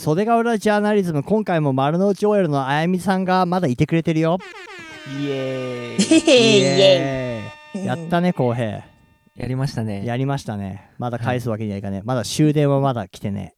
袖ヶ浦ジャーナリズム、今回も丸の内 OL のあやみさんがまだいてくれてるよ。 イエーイ。 イエーイ。やったね、浩平。 やりましたね。 やりましたね。まだ返すわけにはいかねえ。まだ終電はまだ来てね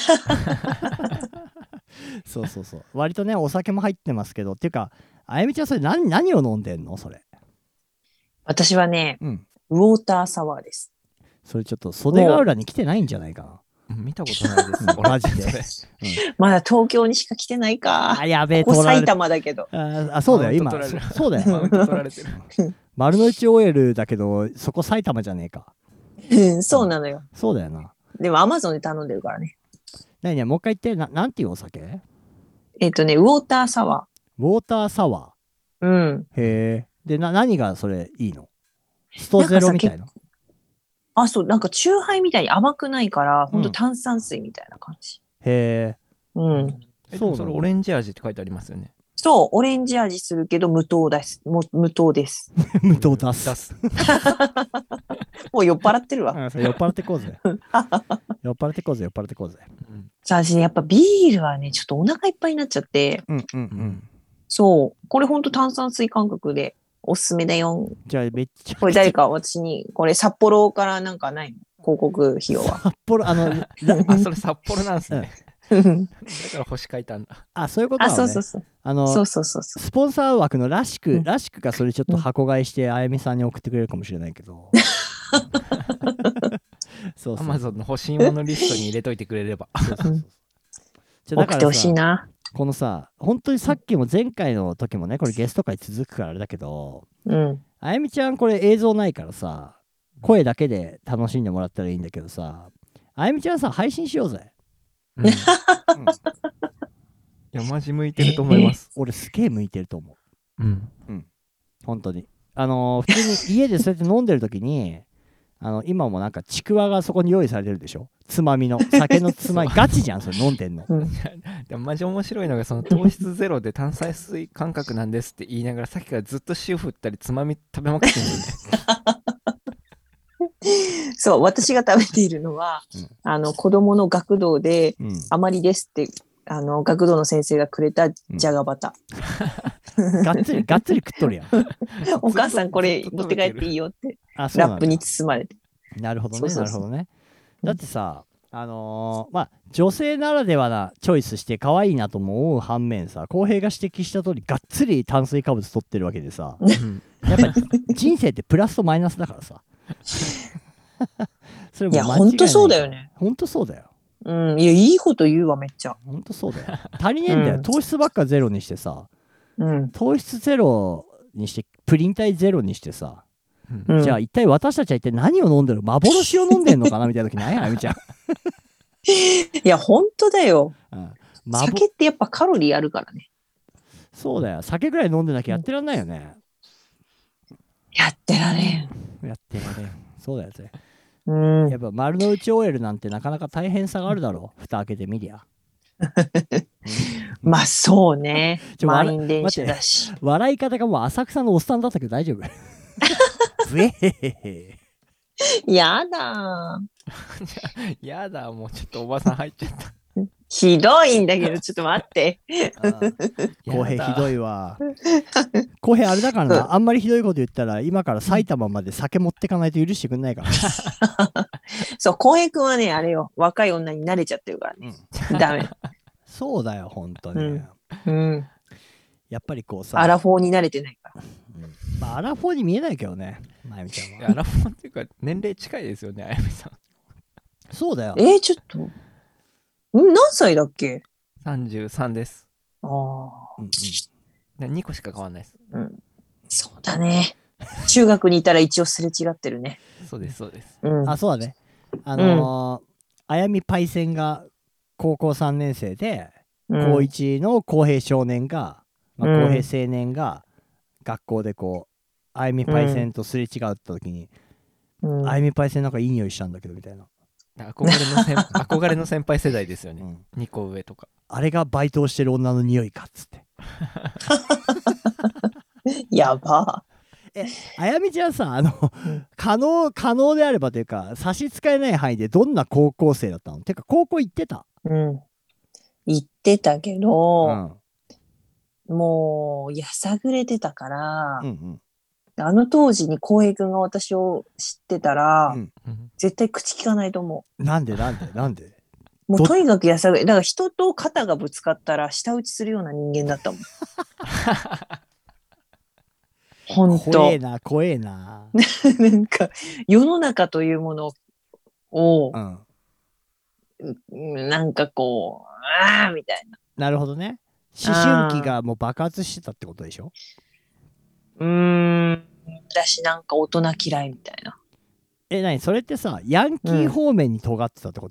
そうそうそう。割とね、お酒も入ってますけど、っていうか、あやみちゃん、それ何を飲んでんのそれ。 私はね、 うん。 ウォーターサワーです。 それちょっと袖ヶ浦に来てないんじゃないかな。 見たことないです。 マジで。 まだ東京にしか来てないか。 あ、やべえ、 ここ取られ埼玉だけど。 あ、そうだよ、今。そうだよ。 取られてる。 丸の内 OL だけど、そこ埼玉じゃねえか。 そうなのよ。 そうだよな。 でもアマゾンで頼んでるからね。 何もう一回言って、なんていうお酒？ ウォーターサワー。ウォーターサワー。うん。 へえ。で、何がそれいいの？ストゼロみたいな。 あ、そう、なんかチューハイみたいに甘くないから、ほんと炭酸水みたいな感じ。 へえ。 うん。 そう、それオレンジ味って書いてありますよね。 そう、オレンジ味するけど無糖です。無糖です。 無糖出す。 もう酔っ払ってるわ。 酔っ払ってこうぜ。酔っ払ってこうぜ、酔っ払ってこうぜ。 さあ、私やっぱビールはね、ちょっとお腹いっぱいになっちゃって。そう、これほんと炭酸水感覚でおすすめだよ。 じゃあめっちゃ。 これ誰か私に、これ札幌からなんかないの？広告費用は。 札幌、 あ、それ札幌なんですね。だから星書いたんだ。 あ、そういうことなのね。 そうそう。 スポンサー枠のらしくがそれちょっと箱買いしてあやみさんに送ってくれるかもしれないけど。 アマゾンの欲しいものリストに入れといてくれれば。 送ってほしいな。 このさ、本当にさっきも前回の時もね、これゲスト会続くからあれだけど、あやみちゃんこれ映像ないからさ、声だけで楽しんでもらったらいいんだけどさ、あやみちゃんさ、配信しようぜ。 いや、マジ向いてると思います。 俺すげえ向いてると思う。本当に。普通に家でそうやって飲んでる時に、今もなんかちくわがそこに用意されてるでしょ。つまみの酒のつまみガチじゃん、それ飲んでんの。 でもマジ面白いのが、その糖質ゼロで炭酸水感覚なんですって言いながら、さっきからずっと塩振ったりつまみ食べまくってるんですよね。そう、私が食べているのは、子供の学童で、あまりですって学童の先生がくれたじゃがバタ。 がっつり食っとるやん。 お母さんこれ持って帰っていいよってラップに包まれて。 なるほどね、なるほどね。だってさ、まあ女性ならではなチョイスして可愛いなとも思う反面さ、浩平が指摘した通りがっつり炭水化物取ってるわけでさ、やっぱり人生ってプラスとマイナスだからさ。それもいや本当そうだよね。 本当そうだよ。 いやいいこと言うわめっちゃ。 本当そうだよ。足りねえんだよ。糖質ばっかゼロにしてさ、糖質ゼロにしてプリン体ゼロにしてさ。じゃあ一体私たちは一体何を飲んでる？幻を飲んでんのかなみたいな時ない？あゆみちゃん。 いや本当だよ。酒ってやっぱカロリーあるからね。 そうだよ。酒ぐらい飲んでなきゃやってらんないよね。 やってられん。 やってられん。そうだよね。やっぱ丸の内 OL なんてなかなか大変さがあるだろう。蓋開けてみりゃ。 まあそうね。満員電車だし。 笑い方がもう浅草のおっさんだったけど大丈夫？ やだやだ、もうちょっとおばさん入っちゃった。 ひどいんだけどちょっと待って。 浩平ひどいわ。浩平あれだからな、あんまりひどいこと言ったら今から埼玉まで酒持ってかないと許してくんないから。 そう浩平君はねあれよ、若い女に慣れちゃってるからね。ダメ。 そうだよ本当に。やっぱりこうさ、 アラフォーに慣れてないから。 まあアラフォーに見えないけどね、あやみちゃんは。 アラフォーっていうか年齢近いですよね、あやみさん。 そうだよ。 ちょっと何歳だっけ ？33です。 ああ。 2個しか変わんないです。 そうだね。中学にいたら一応すれ違ってるね。 そうですそうです。 あ、そうだね。あやみパイセンが高校3年生で、高1の浩平少年が、浩平青年が学校でこうあやみパイセンとすれ違った時に、あやみパイセンなんかいい匂いしたんだけどみたいな。 憧れの先輩世代ですよね。2個上とか。あれがバイトをしてる女の匂いかっつって。 やば。 あやみちゃんさ、可能であればというか差し支えない範囲でどんな高校生だったの？てか高校行ってた？ 言ってたけど、 うんもう、やさぐれてたからう、んあの当時に浩平くんが私を知ってたら、 うん絶対口聞かないと思なんでなんでう。もうどとにかくやさぐれ。だから人と肩がぶつかったら舌打ちするような人間だったもん。ほんと。 怖えななんか、世の中というものをう、んなんかこう、ああみたいな。 なるほどね。思春期がもう爆発してたってことでしょ。 だし、なんか大人嫌いみたいな。 何それってさ、ヤンキー方面に尖ってたってこと？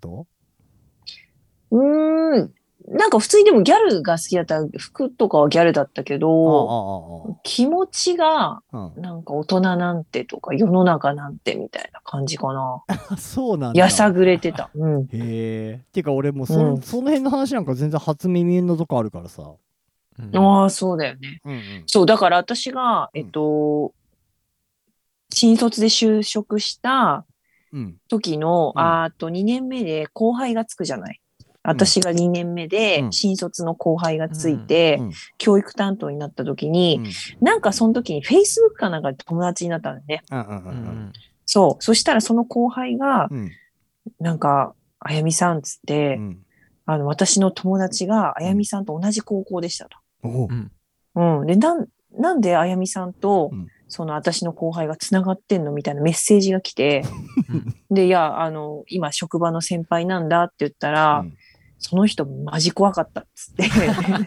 なんか普通にでもギャルが好きだったら、服とかはギャルだったけど、気持ちが、なんか大人なんてとか世の中なんてみたいな感じかな。 そうなんだ。 やさぐれてた。 へえ。てか俺もその辺の話なんか全然初耳のとこあるからさ。 ああ、そうだよね。そう、だから私が、新卒で就職した時の、2年目で後輩がつくじゃない。私が2年目で新卒の後輩がついて、教育担当になった時に、なんかその時に Facebook かなんかで友達になったんだよね。そう。そしたらその後輩が、なんか、あやみさんつって、私の友達があやみさんと同じ高校でしたと。で、なんであやみさんと、その私の後輩がつながってんのみたいなメッセージが来て、で、いや、今職場の先輩なんだって言ったら、その人マジ怖かったっつって、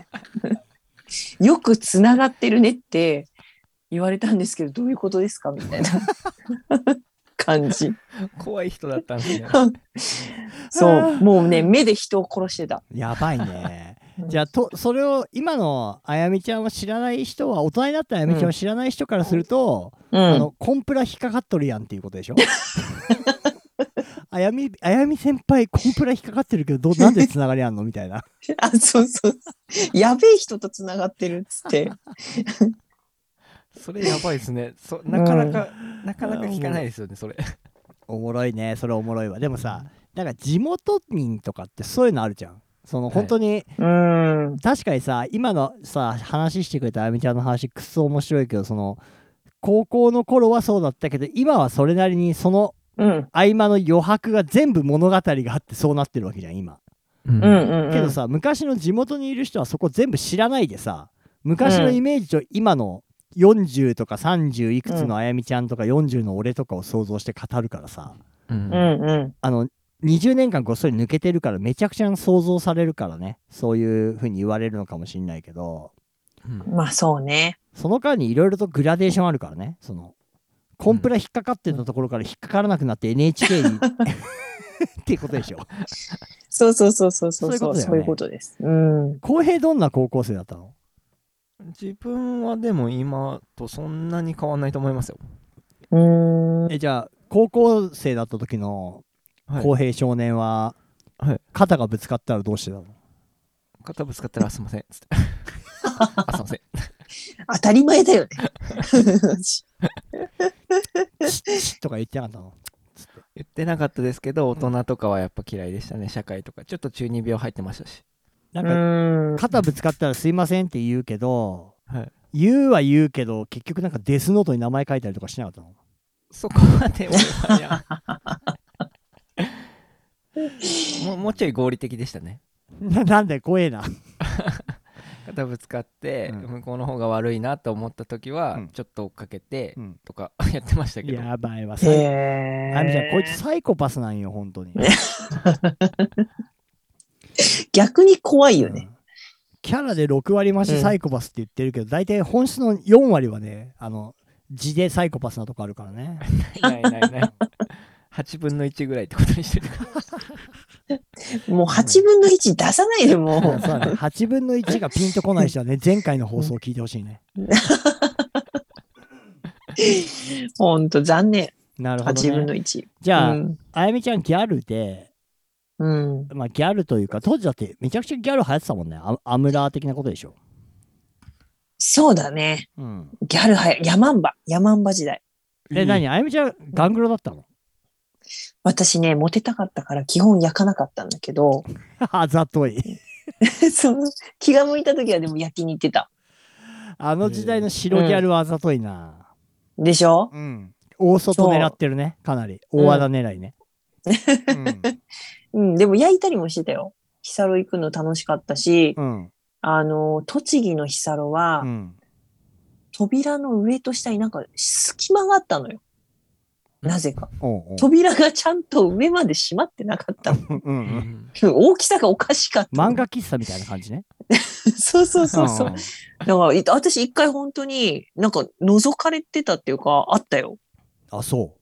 よくつながってるねって言われたんですけど、どういうことですかみたいな感じ。 怖い人だったんですね。 そう、もうね、目で人を殺してた。 やばいね。じゃあそれを今のあやみちゃんを知らない人は、大人になったあやみちゃんを知らない人からすると、コンプラ引っかかっとるやんっていうことでしょ。あやみ先輩コンプラ引っかかってるけどなんでつながりあんのみたいな。 そうやべえ人とつながってるっつってそれやばいですね。なかなか聞かないですよね、それ。 おもろいね。それおもろいわ。でもさ、だから地元民とかってそういうのあるじゃん。本当に、確かにさ、今のさ話してくれたあやみちゃんの話くっそ面白いけど、高校の頃はそうだったけど、今はそれなりにその合間の余白が全部物語があってそうなってるわけじゃん今。けどさ、昔の地元にいる人はそこ全部知らないでさ、昔のイメージと今の40とか30いくつのあやみちゃんとか40の俺とかを想像して語るからさ、20年間ごっそり抜けてるからめちゃくちゃ想像されるからね、そういう風に言われるのかもしんないけど、 まあそうね。 その間にいろいろとグラデーションあるからね。コンプラ引っかかってたところから引っかからなくなって NHK にっていうことでしょ。 そういうことです。 浩平どんな高校生だったの？ 自分はでも今とそんなに変わんないと思いますよ。 じゃあ高校生だった時の浩平少年は、肩がぶつかったらどうしてたの？ 肩ぶつかったらすいませんっつってすいません。 当たり前だよね。 とか言ってなかったの？ 言ってなかったですけど、大人とかはやっぱ嫌いでしたね。社会とかちょっと中二病入ってましたし。 なんか肩ぶつかったらすいませんって言うけど、言うけど結局なんかデスノートに名前書いたりとかしなかったの？ そこまではもうちょい合理的でしたね。 なんで怖えな。 肩ぶつかって、向こうの方が悪いなと思った時は、ちょっと追っかけて、とかやってましたけど。 やばいわ。あみちゃんこいつサイコパスなんよ本当に。 逆に怖いよね。 キャラで6割増しサイコパスって言ってるけど、大体本質の4割はね、字でサイコパスなとこあるからね。 ない8分の1ぐらいってことにしてる。 もう8分の1出さないでもう。 そうだね。8分の1がピンとこない人はね、前回の放送を聞いてほしいね。 ほんと残念。 なるほどね。 8分の1。 じゃあ、あやみちゃんギャルで、まあギャルというか、当時だってめちゃくちゃギャル流行ってたもんね。アムラー的なことでしょ。 そうだね。ギャルヤマンバ時代。 何あやみちゃんガングロだったの？ 私ね、モテたかったから基本焼かなかったんだけど。 あざとい。 そう気が向いた時はでも焼きに行ってた。 あの時代の白ギャルはあざといな。 でしょ？ うん。大外狙ってるね。かなり。大和田狙いね。 うん、でも焼いたりもしてたよ。ヒサロ行くの楽しかったし、 うん。 栃木のヒサロは、 うん。 扉の上と下になんか隙間があったのよ。なぜか。 おうおう扉がちゃんと上まで閉まってなかったの。 うんうん大きさがおかしかったの。 漫画喫茶みたいな感じね。 そうそうそうそう。 んだから私一回本当になんか覗かれてたっていうか、あったよ。 あ、そう。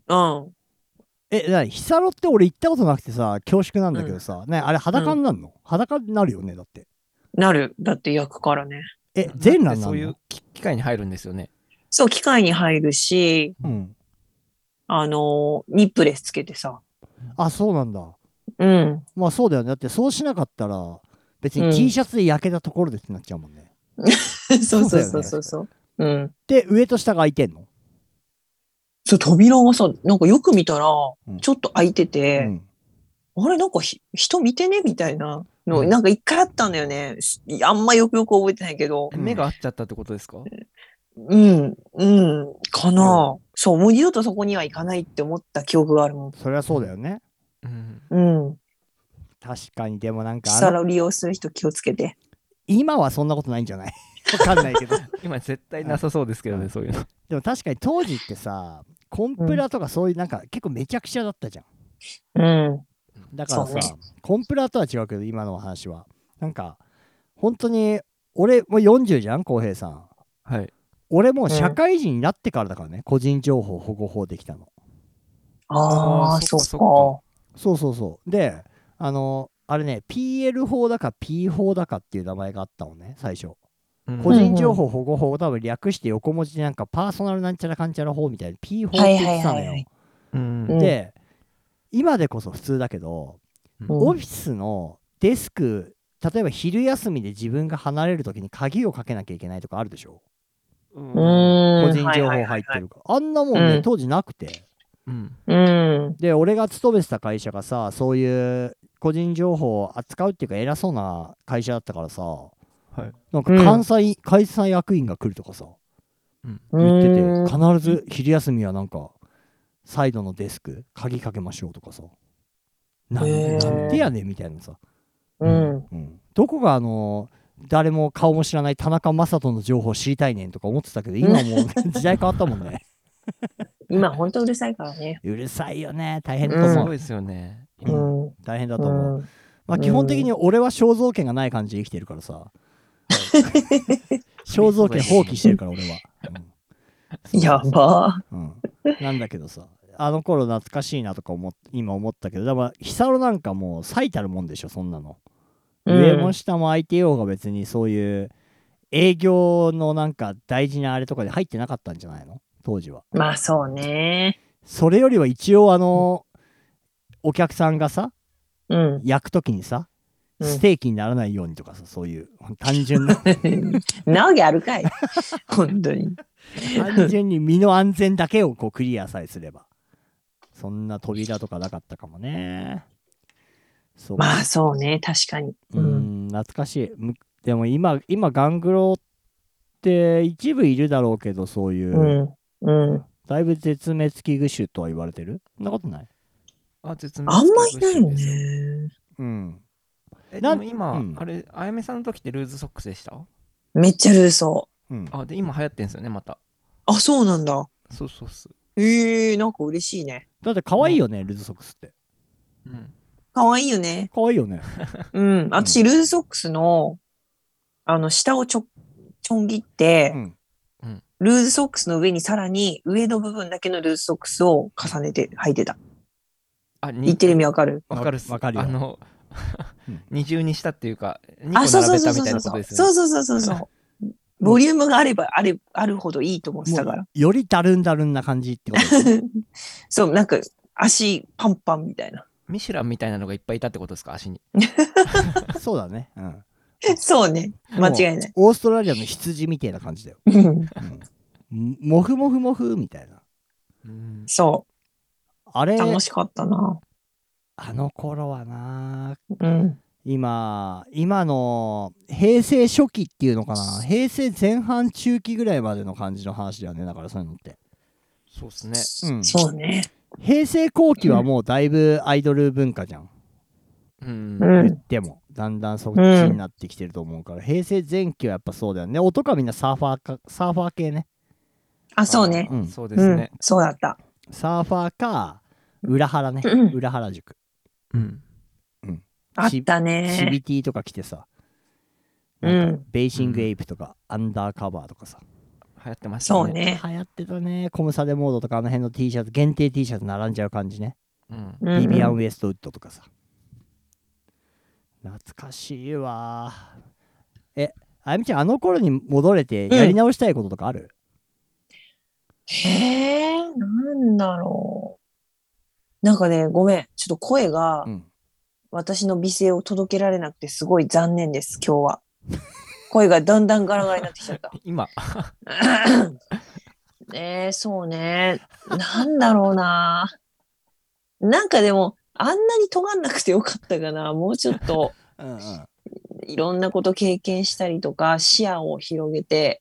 うん。 ヒサロって俺行ったことなくてさ、恐縮なんだけどさ、ね、あれ裸になるの？裸になるよね、だって。 なる。だって焼くからね。 全裸になそういうるの？ 機械に入るんですよね。 そう、機械に入るし、 うん。 ニップレスつけてさ。 あ、そうなんだ。 うん。 まあそうだよね。だってそうしなかったら、別にうん T シャツで焼けたところでってなっちゃうもんね。 そうそうそうそうだよねそうそう。うん。 で、上と下が空いてんの？ そう、扉がさ、なんかよく見たら、 うんちょっと開いてうて、 ん。 あれなんか人見てねみたいなの、 うんなんか一回あったんだよね。あんまよくよく覚えてないけど。 目が合っちゃったってことですか？ うん、うん、かな。そう、もう二度とそこには行かないって思った記憶があるもん。 そりゃそうだよね。 うん。 うん。 確かに、でもなんか下を利用する人気をつけて。 今はそんなことないんじゃない？わかんないけど。 今絶対なさそうですけどね、そういうの。 でも確かに当時ってさ、コンプラとかそういうなんか結構めちゃくちゃだったじゃん。 うん。 だからさ、 そうねコンプラとは違うけど今の話はなんか本当に俺もう40じゃん、浩平さん。 はい。 俺もう社会人になってからだからね、個人情報保護法できたの。 ああ、 そそっかっか。 そうそうそう。で、あれね、PL 法だか P 法だかっていう名前があったのね、最初。 うん個人情報保護法を多分略して横文字でなんかパーソナルなんちゃらかんちゃら法みたいな P 法って言ってたのよ。 うんうんで、今でこそ普通だけど、 うんオフィスのデスク、例えば昼休みで自分が離れるときに鍵をかけなきゃいけないとかあるでしょ？ う個ん。 人情報入ってるから。あんなもんね、当時なくて。 うんうん。 で、俺が勤めてた会社がさ、そういう個人情報を扱うっていうか偉そうな会社だったからさ、 はい。 なんか監査役員が来るとかさ、 うん言ってて、 うん必ず昼休みはなんか、サイドのデスク、鍵かけましょうとかさ、なんでやねんみたいなさ、 うん。 どこが誰も顔も知らない田中将人の情報を知りたいねんとか思ってたけど、今もう時代変わったもんね。 今ほんとうるさいからね。 うるさいよね、大変だうと思う。 すごいですよね。 うん。 大変だと思う。 うんまあ基本的に俺は肖像権がない感じで生きてるからさ、肖像権放棄してるから俺は。 やばなんだけどさ、あの頃懐かしいなとか今思ったけど、だからヒサロなんかもう最たるもんでしょ、そんなの。上も下も空いてようが別にそういう営業のなんか大事なあれとかで入ってなかったんじゃないの当時は。 まあそうね。 それよりは一応お客さんがさ、 うん。 焼くときにさ、 うんステーキにならないようにとかさ、そういう単純ななわけあるかい。本当に。 単純に身の安全だけをこうクリアさえすれば、そんな扉とかなかったかもね。そうまあそうね。確かに。 懐かしい。でも今ガングロって一部いるだろうけど、そういう、だいぶ絶滅危惧種とは言われてる。そんなことない？ 絶あんまいないよですよ。 ね。 でも今、あれ、あやめさんの時ってルーズソックスでした？ めっちゃルーソー。で、今流行ってんすよね、また。 あ、そうなんだ。 そうそうそう。 なんか嬉しいね。 だって可愛いよね、ルーズソックスって。 可愛いよね。 可愛いよね。 私、ルーズソックスの、下をちょん切って、ルーズソックスの上にさらに上の部分だけのルーズソックスを重ねて履いてた。言ってる意味わかる？ わかるっす。 わかるよ。 二重にしたっていうか、2個並べたみたいなことですよね。 そう。ボリュームがあればあるほどいいと思ってたから。 よりダルンダルンな感じってことですね。 そう、なんか足パンパンみたいな。 ミシュランみたいなのがいっぱいいたってことですか、足に。 そうだね。 そうね。間違いない。 オーストラリアの羊みたいな感じだよ。モフモフモフみたいな。 そう。 あれ楽しかったな。 あの頃はな、 今の平成初期っていうのかな、平成前半中期ぐらいまでの感じの話だよね。だからそういうのって。 そうっすね。 そうね。 平成後期はもうだいぶアイドル文化じゃん。言ってもだんだんそっちになってきてると思うから、平成前期はやっぱそうだよね。男はみんなサーファー系ね。 そうね。 そうですね。 そうだった。 サーファーか裏原ね。裏原塾。 あったね。 CBT とか来てさ、なんかベーシングエイプとか、アンダーカバーとかさ、 流行ってましたね。 そうね。 流行ってたね。コムサデモードとかあの辺の T シャツ、限定 T シャツ並んじゃう感じね。ビビアン・ウエストウッドとかさ。懐かしいわ。あやみちゃん、あの頃に戻れてやり直したいこととかある？ なんだろう。なんかね、ごめん。ちょっと声が、私の美声を届けられなくてすごい残念です、今日は。声がだんだんガラガラになってきちゃった。 今。 そうね。なんだろうな。なんかでも、あんなに尖んなくてよかったかな。もうちょっと、いろんなこと経験したりとか、視野を広げて、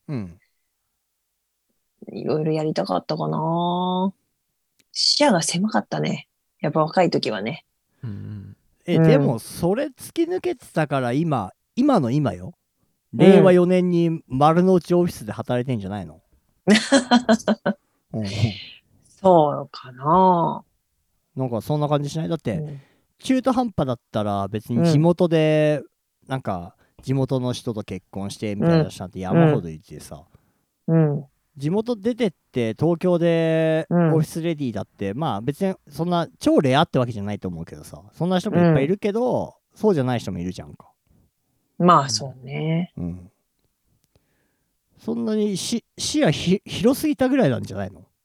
いろいろやりたかったかな。視野が狭かったね。やっぱ若い時はね。 でもそれ突き抜けてたから今の今よ。令和4年に丸の内オフィスで働いてんじゃないの？ そうかな。 なんかそんな感じしない？だって、中途半端だったら別に地元で、なんか地元の人と結婚してみたいな人なんて山ほどいてさ、地元出てって東京でオフィスレディだって、まあ別にそんな超レアってわけじゃないと思うけどさ、そんな人もいっぱいいるけど、そうじゃない人もいるじゃんか。 まあそうね。 そんなに視野広すぎたぐらいなんじゃないの？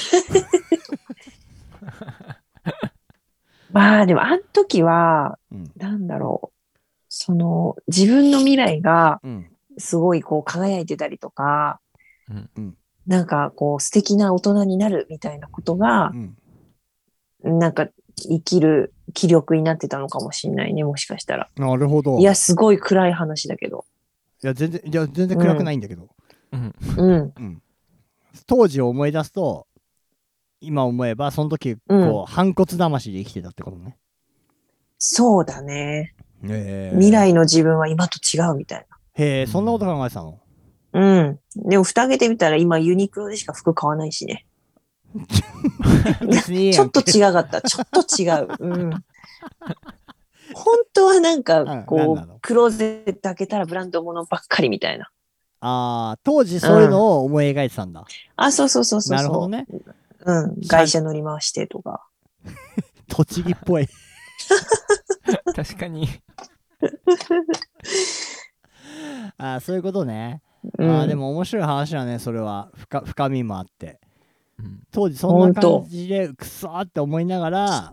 まあでもあの時は、なんだろう。その自分の未来がすごいこう輝いてたりとか、なんかこう素敵な大人になるみたいなことが、なんか生きる気力になってたのかもしれないね、もしかしたら。 なるほど。 いや、すごい暗い話だけど。 いや、全然暗くないんだけど。当時を思い出すと、今思えばその時こう、反骨魂で生きてたってことね。 そうだね。未来の自分は今と違うみたいな。 へえ、そんなこと考えてたの？ でも蓋開けてみたら今ユニクロでしか服買わないしね。ちょっと違かった。ちょっと違う。本当はなんかこう、クローゼット開けたらブランド物ばっかりみたいな。 当時そういうのを思い描いてたんだ。 そう。 なるほどね。 会社乗り回してとか。 栃木っぽい。 確かに。 そういうことね。でも面白い話だね、それは。深みもあって。当時そんな感じでクソーって思いながら、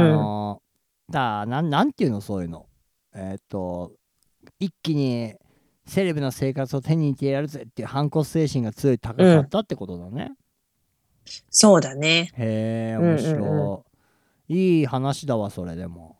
なんていうの、そういうの。一気にセレブな生活を手に入れてやるぜっていう反骨精神が強い高かったってことだね。 そうだね。 へえ、面白い。いい話だわ、それでも。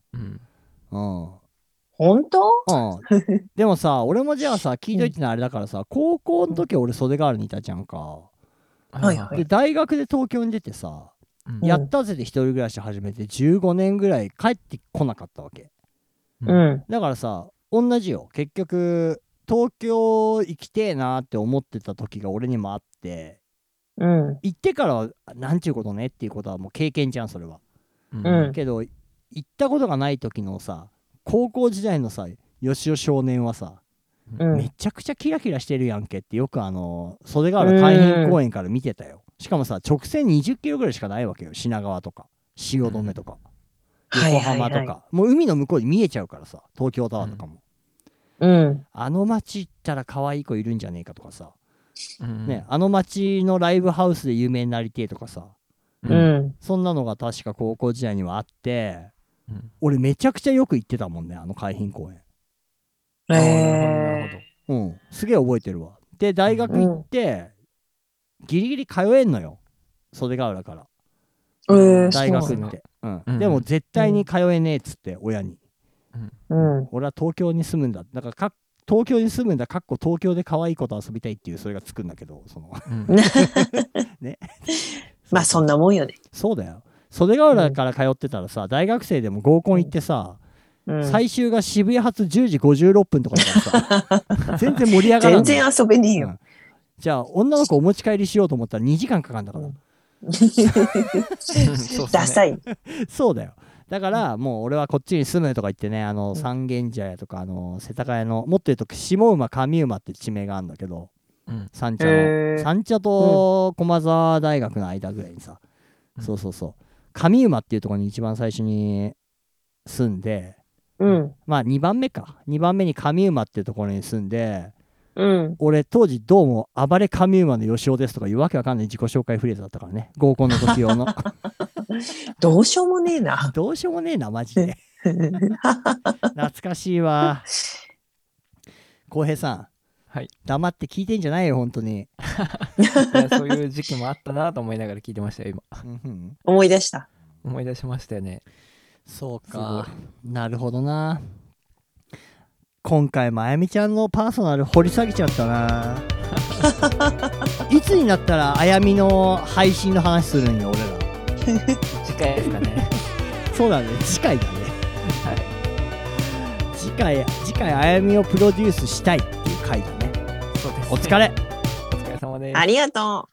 本当？ でもさ、俺もじゃあさ、聞いといてのあれだからさ、高校の時俺袖ヶ浦にいたじゃんか。で、大学で東京に出てさ、やったぜで一人暮らし始めて15年ぐらい帰ってこなかったわけ。だからさ、同じよ。結局、東京行きてえなって思ってた時が俺にもあって、行ってからは、なんちゅうことねっていうことはもう経験じゃん、それは。けど、行ったことがない時のさ、高校時代のさ、よしお少年はさ、めちゃくちゃキラキラしてるやんけってよく袖ヶ浦海浜公園から見てたよ。しかもさ、直線20キロぐらいしかないわけよ。品川とか汐留とか、横浜とか、もう海の向こうに見えちゃうからさ、東京タワーとかも、あの街行ったら可愛い子いるんじゃねえかとかさ、あの街のライブハウスで有名になりてえとかさ、そんなのが確か高校時代にはあって、俺めちゃくちゃよく行ってたもんね、あの海浜公園。 なるほど。すげえ覚えてるわ。で、大学行って、ギリギリ通えんのよ、袖ヶ浦から。大学って。でも絶対に通えねえっつって、親に。 うん。 俺は東京に住むんだ。だから東京に住むんだ、東京で可愛い子と遊びたいっていう、それがつくんだけど、ね。 まあそんなもんよね。 そうだよ。袖ヶ浦から通ってたらさ、大学生でも合コン行ってさ、最終が渋谷発10時56分とかだからさ、全然盛り上がらない。 全然遊べねえよ。 じゃあ、女の子お持ち帰りしようと思ったら2時間かかるんだから。 ダサい。 そうだよ。だからもう俺はこっちに住むとか言ってね、三軒茶屋とか世田谷のもっと言うと下馬上馬って地名があるんだけど、三茶と駒沢大学の間ぐらいにさ、そう上馬っていうところに一番最初に住んで、まあ2番目に上馬っていうところに住んで、俺当時どうも暴れ上馬の吉尾ですとかいうわけわかんない自己紹介フレーズだったからね、合コンの時用の。 どうしようもねえな。 どうしようもねえな、マジで。懐かしいわ。浩平さん、 はい、 黙って聞いてんじゃないよ、本当に。 いや、そういう時期もあったなと思いながら聞いてましたよ、今。 思い出した。 思い出しましたよね。 そうか、なるほどな。今回もあやみちゃんのパーソナル掘り下げちゃったな。いつになったらあやみの配信の話するんよ、俺ら。 次回ですかね。 そうだね、次回だね。 はい。 次回あやみをプロデュースしたいっていう回だね。 そうですね。 お疲れ。 お疲れ様です。 ありがとう。